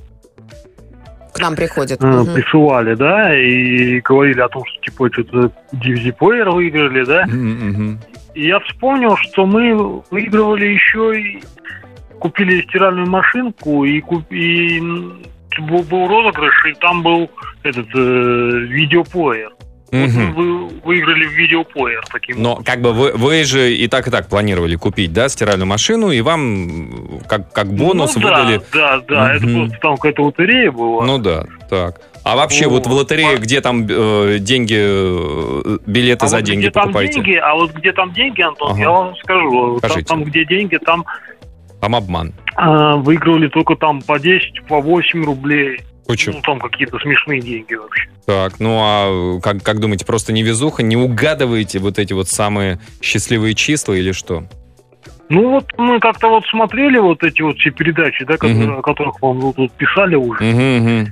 К нам приходят. э, Мгм. присылали, да, и говорили о том, что типа что-то ди ви ди-плеер выиграли, да. Мгм. И я вспомнил, что мы выигрывали еще и купили стиральную машинку, и, куп... и был, был розыгрыш, и там был этот э, видеоплеер. Вот Мгм. вы выиграли видеоплеер таким. Но как бы вы, вы же и так, и так планировали купить, да, стиральную машину, и вам как, как бонус ну, выдали... Да, да, да. Это Мгм. просто там какая-то лотерея была. Ну да, так. А вообще вот, Вот. в лотерее, где там э, деньги, э, билеты а за вот деньги где там покупаете? деньги, а вот где там деньги, Антон, Ага. я вам скажу. Там, Скажите. там, где деньги, там Там обман. а, выигрывали только там по десять, по восемь рублей. Почему? Ну, там какие-то смешные деньги вообще. Так, ну а как, как думаете, просто невезуха? Не угадываете вот эти вот самые счастливые числа или что? Ну вот мы как-то вот смотрели вот эти вот все передачи, да, которые, Мгм. о которых вам вот тут писали уже. Мгм, мгм.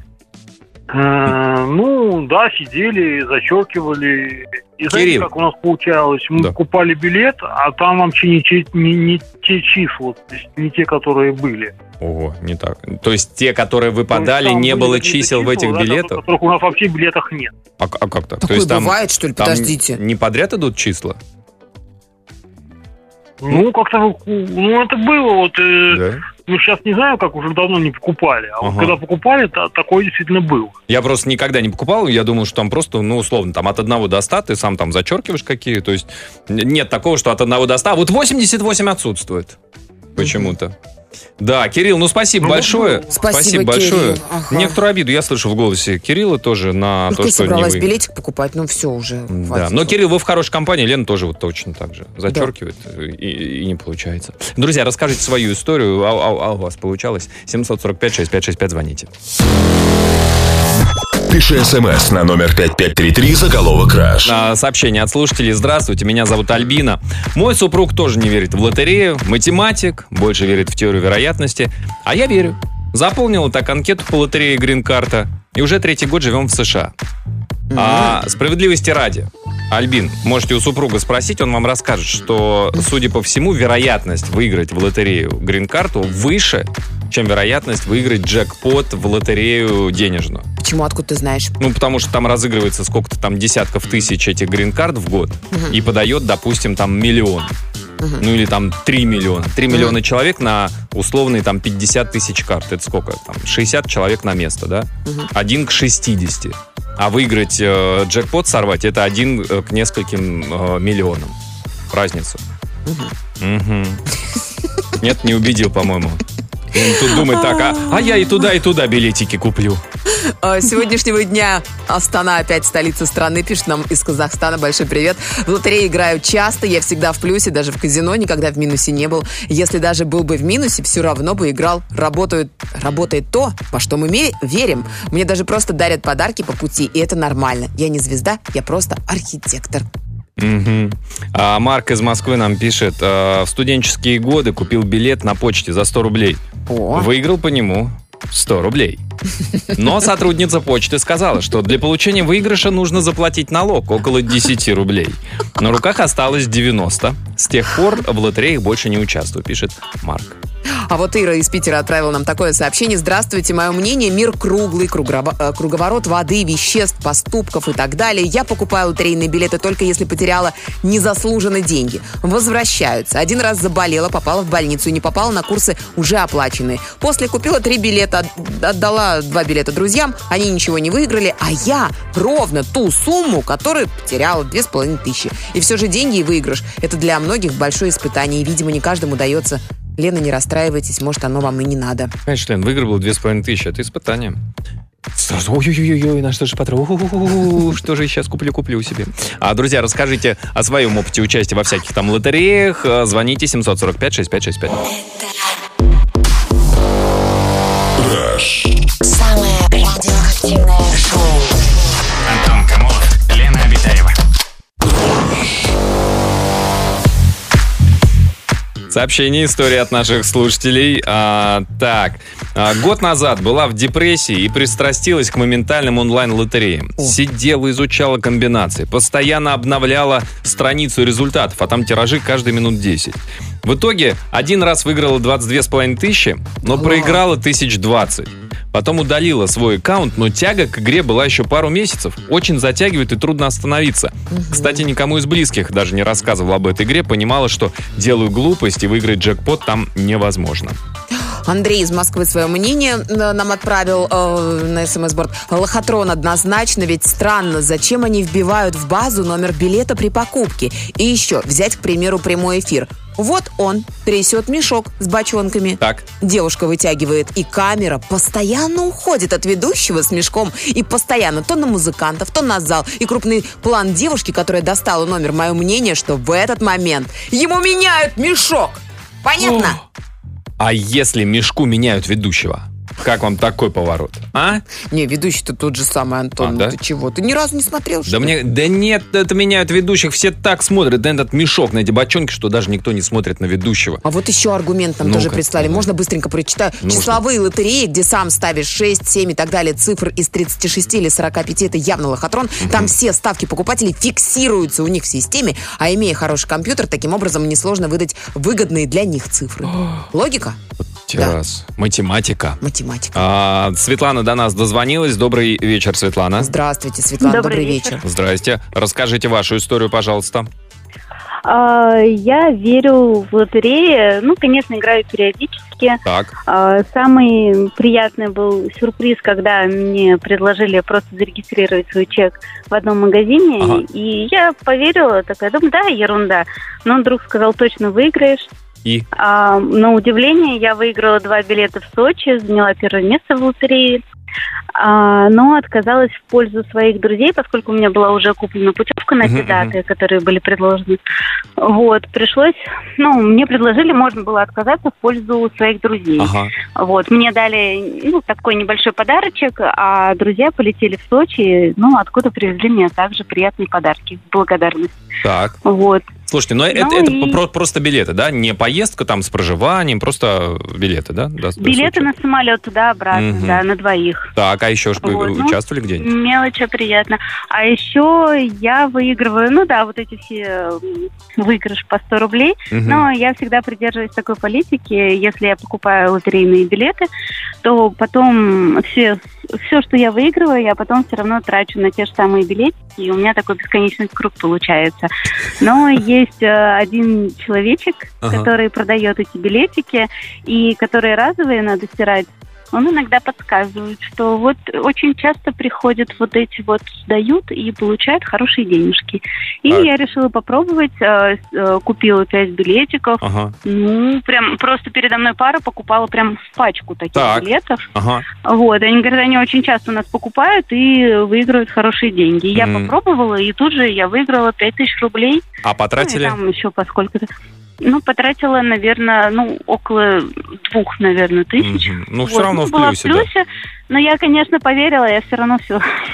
Э, ну, да, сидели, зачеркивали. И знаете, Кирилл. как у нас получалось? Мы Да. покупали билет, а там вообще не, те- не, не те числа, то есть не те, которые были. Ого, не так. То есть те, которые выпадали, То есть там не были было какие-то чисел в числа, этих да, билетах? которых у нас вообще в билетах нет. А, а как так? Такое То есть там, бывает, что ли? там Подождите. не подряд идут числа? Ну, как-то, ну, это было вот... э, Да. Ну, сейчас не знаю, как уже давно не покупали. А вот Ага. когда покупали, то такое действительно было. Я просто никогда не покупал, я думал, что там просто, ну, условно, там от одного до ста ты сам там зачеркиваешь какие, то есть нет такого, что от одного до ста, а вот восемьдесят восемь отсутствует почему-то. Да, Кирилл, ну спасибо Ну, большое. Спасибо, большое. Кирилл. Ага. Некоторую обиду я слышу в голосе Кирилла тоже на Только то, я что не собралась выиграл. билетик покупать, ну все уже. Да, хватит. но Кирилл, вы в хорошей компании, Лена тоже вот точно так же зачеркивает и, и не получается. Друзья, расскажите свою историю, а, а- а у вас получалось? семь сорок пять шестьдесят пять шестьдесят пять, звоните. Пиши смс на номер пять пять три три, заголовок «Раш». А, Сообщение от слушателей. Здравствуйте, меня зовут Альбина. Мой супруг тоже не верит в лотерею, математик, больше верит в теорию вероятности, а я верю. Заполнил так анкету по лотерее Грин-карта, и уже третий год живем в США. А справедливости ради, Альбин, можете у супруга спросить, он вам расскажет, что, судя по всему, вероятность выиграть в лотерею Грин-карту выше, чем вероятность выиграть джекпот в лотерею денежную. Почему, откуда ты знаешь? Ну, потому что там разыгрывается сколько-то там десятков тысяч этих грин-карт в год и подает, допустим, там миллион. Ну, или там три миллиона. три миллиона человек на условные там пятьдесят тысяч карт. Это сколько? Там шестьдесят человек на место, да? Один к шестидесяти. А выиграть э, джекпот, сорвать, это один э, к нескольким э, миллионам. Разницу. Мгм. Нет, не убедил, по-моему. Он тут думает так, а, а я и туда, и туда билетики куплю. Э, С сегодняшнего дня Астана опять столица страны, пишет нам из Казахстана. Большой привет. В лотерею играю часто, я всегда в плюсе, даже в казино никогда в минусе не был. Если даже был бы в минусе, все равно бы играл. Работает, работает то, во что мы ме- верим. Мне даже просто дарят подарки по пути, и это нормально. Я не звезда, я просто архитектор. Мгм. А Марк из Москвы нам пишет: «А, в студенческие годы купил билет на почте за сто рублей. О. Выиграл по нему. сто рублей. Но сотрудница почты сказала, что для получения выигрыша нужно заплатить налог около десять рублей. На руках осталось девяносто. С тех пор в лотереях больше не участвую, пишет Марк. А вот Ира из Питера отправила нам такое сообщение. Здравствуйте, мое мнение, мир круглый, кругово- круговорот воды, веществ, поступков и так далее. Я покупаю лотерейные билеты только если потеряла незаслуженно деньги. Возвращаются. Один раз заболела, попала в больницу и не попала на курсы уже оплаченные. После купила три билета, отдала два билета друзьям, они ничего не выиграли, а я ровно ту сумму, которую потеряла, две с половиной тысячи. И все же деньги и выигрыш – это для многих большое испытание, и, видимо, не каждому удается. Лена, не расстраивайтесь, может, оно вам и не надо. Конечно, Лен, выиграл две с половиной тысячи, это испытание. Сразу, ой-ой-ой, на что же потратил? Что же я сейчас куплю-куплю себе? А, друзья, расскажите о своем опыте участия во всяких там лотереях. Звоните семьсот сорок пять шестьдесят пять шестьдесят пять. Самое радиоактивное шоу. Антон Камолов, Лена Обитаева. Сообщение, история от наших слушателей. А, так, а, год назад была в депрессии и пристрастилась к моментальным онлайн-лотереям. О. Сидела, изучала комбинации, постоянно обновляла страницу результатов, а там тиражи каждые минут десять. В итоге один раз выиграла двадцать две с половиной тысячи, но О. проиграла тысяч двадцать. Потом удалила свой аккаунт, но тяга к игре была еще пару месяцев. Очень затягивает и трудно остановиться. Угу. Кстати, никому из близких даже не рассказывала об этой игре. Понимала, что делаю глупость и выиграть джекпот там невозможно. Андрей из Москвы свое мнение нам отправил э, на смс-борд. Лохотрон однозначно, ведь странно, зачем они вбивают в базу номер билета при покупке. И еще, взять, к примеру, прямой эфир. Вот он трясет мешок с бочонками. Так. Девушка вытягивает, и камера постоянно уходит от ведущего с мешком. И постоянно то на музыкантов, то на зал. И крупный план девушки, которая достала номер. Мое мнение, что в этот момент ему меняют мешок. Понятно? О. А если мешку меняют ведущего? Как вам такой поворот, а? Не, ведущий-то тот же самый, Антон. А, да? Ты чего? Ты ни разу не смотрел, что да ли? мне, да нет, это меняют ведущих. Все так смотрят на этот мешок, на эти бочонки, что даже никто не смотрит на ведущего. А вот еще аргумент нам Ну-ка, тоже прислали. давай. Можно быстренько прочитаю? Нужно. Числовые лотереи, где сам ставишь шесть, семь и так далее, цифр из тридцати шести или сорока пяти, это явно лохотрон. Угу. Там все ставки покупателей фиксируются у них в системе, а имея хороший компьютер, таким образом несложно выдать выгодные для них цифры. Логика? Раз. Да. Математика. Математика. А, Светлана до нас дозвонилась. Добрый вечер, Светлана. Здравствуйте, Светлана. Добрый Добрый вечер. вечер. Здрасте. Расскажите вашу историю, пожалуйста. А, я верю в лотереи. Ну, конечно, играю периодически. Так. А, самый приятный был сюрприз, когда мне предложили просто зарегистрировать свой чек в одном магазине. Ага. И я поверила, такая, думаю, да, ерунда. Но он вдруг сказал, точно выиграешь. И? А, на удивление, я выиграла два билета в Сочи, заняла первое место в лотерее, а, но отказалась в пользу своих друзей, поскольку у меня была уже куплена путевка на те uh-huh, даты, uh-huh. которые были предложены. Вот, пришлось, ну, мне предложили, можно было отказаться в пользу своих друзей. Ага. Вот, мне дали, ну, такой небольшой подарочек, а друзья полетели в Сочи, ну, откуда привезли мне также приятные подарки, благодарность. Так. Вот. Слушайте, но ну это, это и... про- просто билеты, да? Не поездка там с проживанием, просто билеты, да? До, билеты до на самолет туда-обратно, угу. да, на двоих. Так, а еще вы вот, участвовали ну, где-нибудь? Мелочи, приятно. А еще я выигрываю, ну да, вот эти все выигрыш по сто рублей, угу. но я всегда придерживаюсь такой политики, если я покупаю лотерейные билеты, то потом все, все, что я выигрываю, я потом все равно трачу на те же самые билетики, и у меня такой бесконечный круг получается. Но есть э, один человечек, ага. который продает эти билетики, и которые разовые надо стирать. Он иногда подсказывает, что вот очень часто приходят вот эти вот, сдают и получают хорошие денежки. И а... я решила попробовать, э, э, купила пять билетиков. Ага. Ну, прям просто передо мной пара покупала прям пачку таких так. билетов. Ага. Вот, они говорят, они очень часто у нас покупают и выигрывают хорошие деньги. Я mm. попробовала, и тут же я выиграла пять тысяч рублей. А потратили? Ну, и там еще поскольку-то. Ну, потратила, наверное, ну, около двух, наверное, тысяч. Mm-hmm. Ну, вот. все равно ну, в была плюсе, в плюсе, да. Но я, конечно, поверила, я все равно все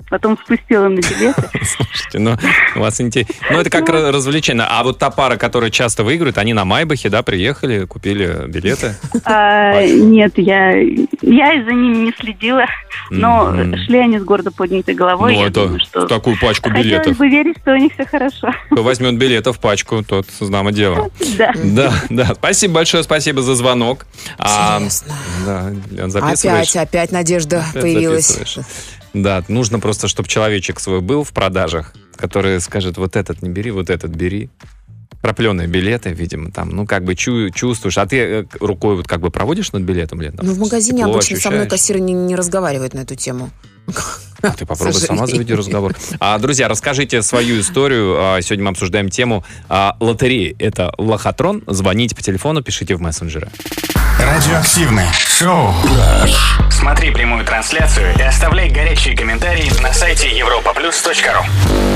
потом спустила на билеты. Слушайте, ну, у вас интересно. Ну, это как развлечение. А вот та пара, которая часто выигрывает, они на Майбахе, да, приехали, купили билеты? А, нет, я, я за ними не следила, но mm-hmm. шли они с гордо поднятой головой. Ну, я это думаю, что... в такую пачку билетов. Хотелось бы верить, что у них все хорошо. Кто возьмет билетов в пачку, тот знамо дело. Да. Да, да. Спасибо большое, спасибо за звонок. Интересно. А, да, Лен, записываешь? Опять, опять надежда опять появилась. Записываешь. Да, нужно просто, чтобы человечек свой был в продажах, который скажет, вот этот не бери, вот этот бери. Пропленые билеты, видимо, там, ну, как бы чу- чувствуешь. А ты рукой вот как бы проводишь над билетом, Лен? Ну, в магазине обычно со мной кассиры не, не разговаривают на эту тему. А ты попробуй сама заведи разговор. А, друзья, расскажите свою историю. А, сегодня мы обсуждаем тему а, лотереи. Это лохотрон. Звоните по телефону, пишите в мессенджеры. Радиоактивное шоу. Смотри прямую трансляцию и оставляй горячие комментарии на сайте европа плюс точка ру.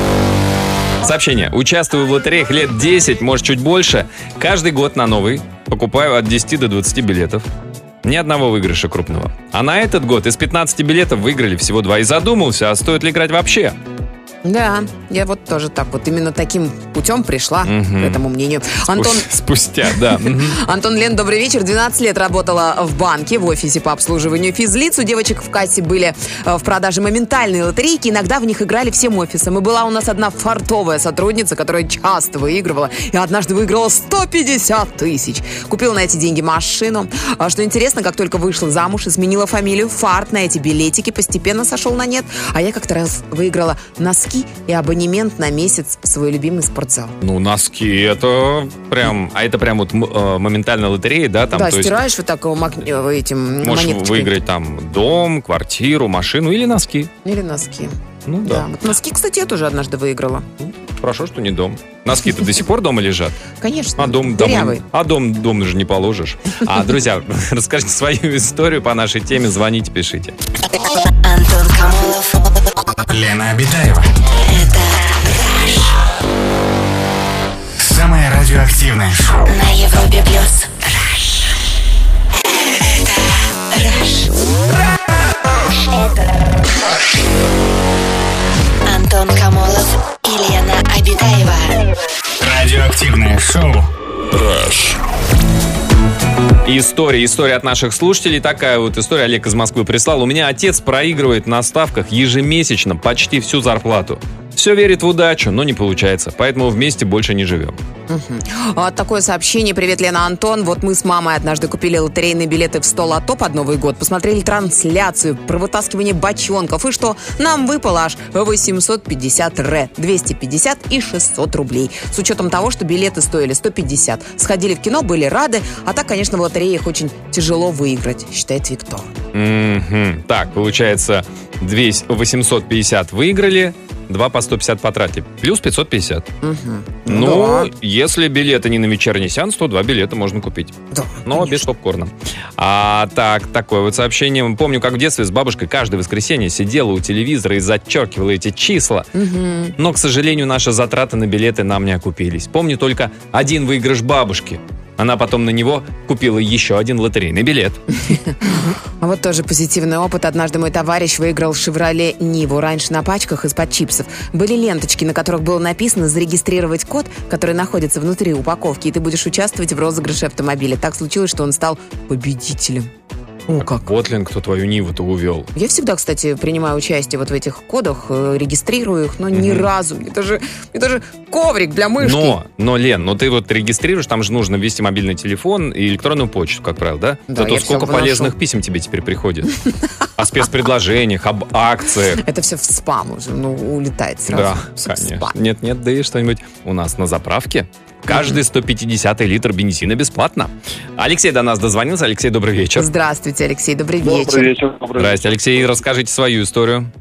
Сообщение. Участвую в лотереях лет десять, может, чуть больше. Каждый год на новый покупаю от десяти до двадцати билетов. Ни одного выигрыша крупного. А на этот год из пятнадцати билетов выиграли всего два. И задумался, а стоит ли играть вообще? Да, я вот тоже так вот именно таким путем пришла угу. к этому мнению. Антон... Спустя, да. Антон, Лен, добрый вечер. двенадцать лет работала в банке, в офисе по обслуживанию физлиц. У девочек в кассе были в продаже моментальные лотерейки. Иногда в них играли всем офисом. И была у нас одна фартовая сотрудница, которая часто выигрывала. И однажды выиграла сто пятьдесят тысяч. Купила на эти деньги машину. А что интересно, как только вышла замуж и сменила фамилию, фарт на эти билетики постепенно сошел на нет. А я как-то раз выиграла носки и абонемент на месяц в свой любимый спортзал. Ну, носки, это прям... А это прям вот э, моментальная лотерея, да? Там, да, то стираешь есть, вот так маг... этим можешь монеточкой. Выиграть там дом, квартиру, машину или носки. Или носки. Ну, да. да. Вот носки, кстати, я тоже однажды выиграла. Хорошо, что не дом. Носки-то до сих пор дома лежат? Конечно. А дом, дом, а дом, дом же не положишь. А, друзья, расскажите свою историю по нашей теме. Звоните, пишите. Антон Камолов. Лена Обитаева. Это самое радиоактивное шоу на Европе плюс. Это Антон Камолов и Лена Обитаева. Радиоактивное шоу. Rush. История, история от наших слушателей. Такая вот история Олег из Москвы прислал. У меня отец проигрывает на ставках ежемесячно почти всю зарплату. Все верит в удачу, но не получается. Поэтому вместе больше не живем. Угу. А, такое сообщение. Привет, Лена, Антон. Вот мы с мамой однажды купили лотерейные билеты в сто лото под Новый год. Посмотрели трансляцию про вытаскивание бочонков. И что? Нам выпало аж восемьсот пятьдесят ре. двести пятьдесят и шестьсот рублей. С учетом того, что билеты стоили сто пятьдесят. Сходили в кино, были рады. А так, конечно, в лотереях очень тяжело выиграть, считает Виктор. Mm-hmm. Так, получается, восемьсот пятьдесят выиграли, два по сто пятьдесят потратили. Плюс пятьсот пятьдесят. Угу. Ну, да. если билеты не на вечерний сеанс, то два билета можно купить. Да, но конечно. Без попкорна. А, так, такое вот сообщение. Помню, как в детстве с бабушкой каждое воскресенье сидела у телевизора и зачеркивала эти числа. Угу. Но, к сожалению, наши затраты на билеты нам не окупились. Помню только один выигрыш бабушки. Она потом на него купила еще один лотерейный билет. А вот тоже позитивный опыт. Однажды мой товарищ выиграл «Шевроле Ниву». Раньше на пачках из-под чипсов были ленточки, на которых было написано «Зарегистрировать код, который находится внутри упаковки, и ты будешь участвовать в розыгрыше автомобиля». Так случилось, что он стал победителем. О, как. Вот, Лен, кто твою Ниву-то увел. Я всегда, кстати, принимаю участие вот в этих кодах, регистрирую их, но mm-hmm. ни разу. Мне даже, мне даже коврик для мышки. Но, но, Лен, ну ты вот регистрируешь, там же нужно ввести мобильный телефон и электронную почту, как правило, да? Да, зато сколько полезных писем тебе теперь приходит. О спецпредложениях, об акциях. Это все в спам уже, ну, улетает сразу. Да, конечно. Нет-нет, да и что-нибудь у нас на заправке. Каждый сто пятидесятый литр бензина бесплатно. Алексей до нас дозвонился. Алексей, добрый вечер. Здравствуйте, Алексей, добрый вечер. Добрый вечер. Добрый Здравствуйте, Алексей, расскажите свою историю.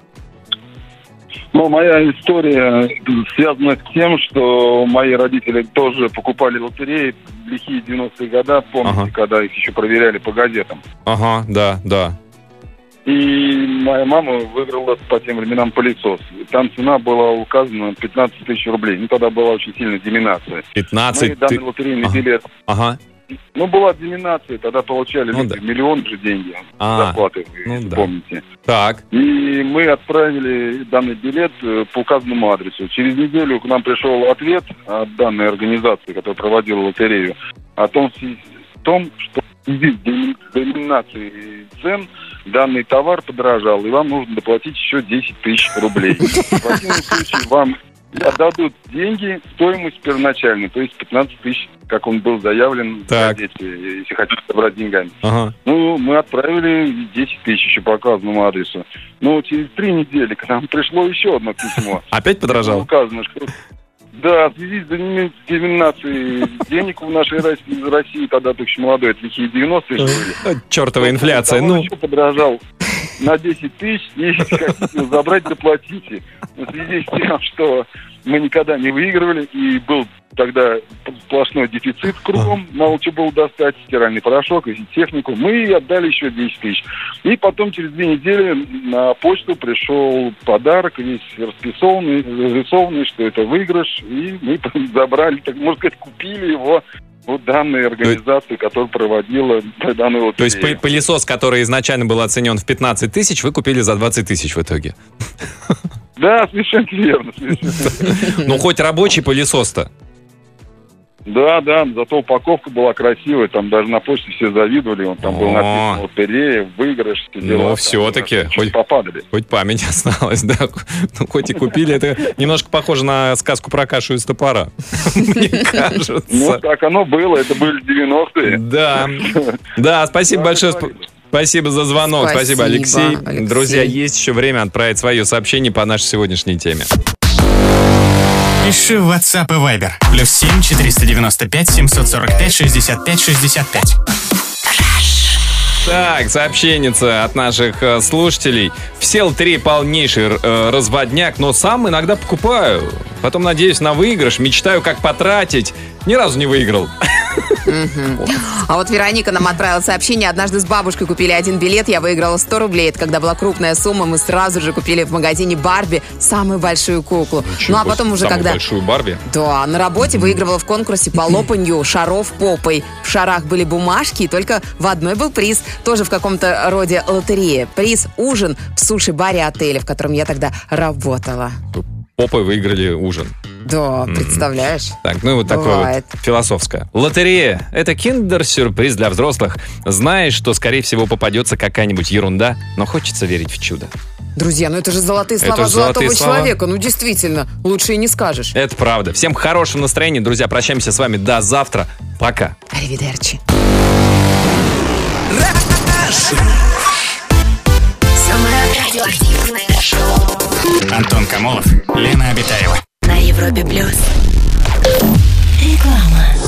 Ну, моя история связана с тем, что мои родители тоже покупали лотереи в лихие девяностые годы, помните, ага. когда их еще проверяли по газетам. Ага, да, да. И моя мама выиграла по тем временам пылесос. Там цена была указана пятнадцать тысяч рублей. Ну, тогда была очень сильная доминация. пятнадцать тысяч? Мы данный лотерейный ага. билет ага. ну, была доминация, тогда получали ну, люди да. миллион же деньги, а, зарплаты, вы ну, помните. Да. Так. И мы отправили данный билет по указанному адресу. Через неделю к нам пришел ответ от данной организации, которая проводила лотерею, о том, о том что в связи с доминацией цен данный товар подорожал, и вам нужно доплатить еще десять тысяч рублей. В противном случае вам отдадут деньги, стоимость первоначальной, то есть пятнадцать тысяч, как он был заявлен в газете, если хотите собрать деньгами. Ага. Ну, мы отправили десять тысяч еще по указанному адресу. Но через три недели к нам пришло еще одно письмо. Опять подорожал? Указано, что да, в связи с доминацией денег в нашей России, России тогда только еще молодой, это лихие девяностые же были. Чертова инфляция, он ну. еще подорожал на десять тысяч, и если хотите забрать, доплатите. В связи с тем, что мы никогда не выигрывали, и был тогда сплошной дефицит кругом, мало чего было достать, стиральный порошок и технику, мы отдали еще десять тысяч. И потом через две недели на почту пришел подарок, весь расписанный, разрисованный, что это выигрыш, и мы забрали, так можно сказать, купили его у данной организации, которая проводила данную лотерею. То есть п- пылесос, который изначально был оценен в пятнадцать тысяч, вы купили за двадцать тысяч в итоге? Да, совершенно верно. Совершенно. Ну, хоть рабочий пылесос-то. Да, да, зато упаковка была красивая, там даже на почте все завидовали, он там был написан лотерея, выигрыш, все дела. Ну, все-таки, хоть, попадали. Хоть память осталась, да. Ну, хоть и купили, это немножко похоже на сказку про кашу из топора, мне кажется. Ну, так оно было, это были девяностые. Да, да, спасибо большое. Спасибо за звонок, спасибо, Алексей. Друзья, есть еще время отправить свое сообщение по нашей сегодняшней теме. Пиши в WhatsApp и Viber. Плюс семь четыреста девяносто пять семьсот сорок пять шестьдесят пять шестьдесят пять. Так, сообщенница от наших э, слушателей. Все лотереи полнейший э, разводняк, но сам иногда покупаю. Потом надеюсь на выигрыш, мечтаю, как потратить. Ни разу не выиграл. А вот Вероника нам отправила сообщение. Однажды с бабушкой купили один билет, я выиграла сто рублей. Это когда была крупная сумма, мы сразу же купили в магазине Барби самую большую куклу. Ничего, ну а потом уже самую когда... большую Барби? Да, на работе выигрывала в конкурсе по лопанью шаров попой. В шарах были бумажки, и только в одной был приз. Тоже в каком-то роде лотереи. Приз – ужин в суши-баре отеля, в котором я тогда работала. Попой выиграли ужин. Да, представляешь? Так, ну и вот такое вот философское. Лотерея – это киндер-сюрприз для взрослых. Знаешь, что, скорее всего, попадется какая-нибудь ерунда, но хочется верить в чудо. Друзья, ну это же золотые слова Это золотого золотые слова. человека. Ну действительно, лучше и не скажешь. Это правда. Всем хорошего настроения, друзья. Прощаемся с вами до завтра. Пока. Аривидерчи. Самое радиоактивное шоу Антон Камолов, Лена Обитаева. на Европе плюс. Реклама.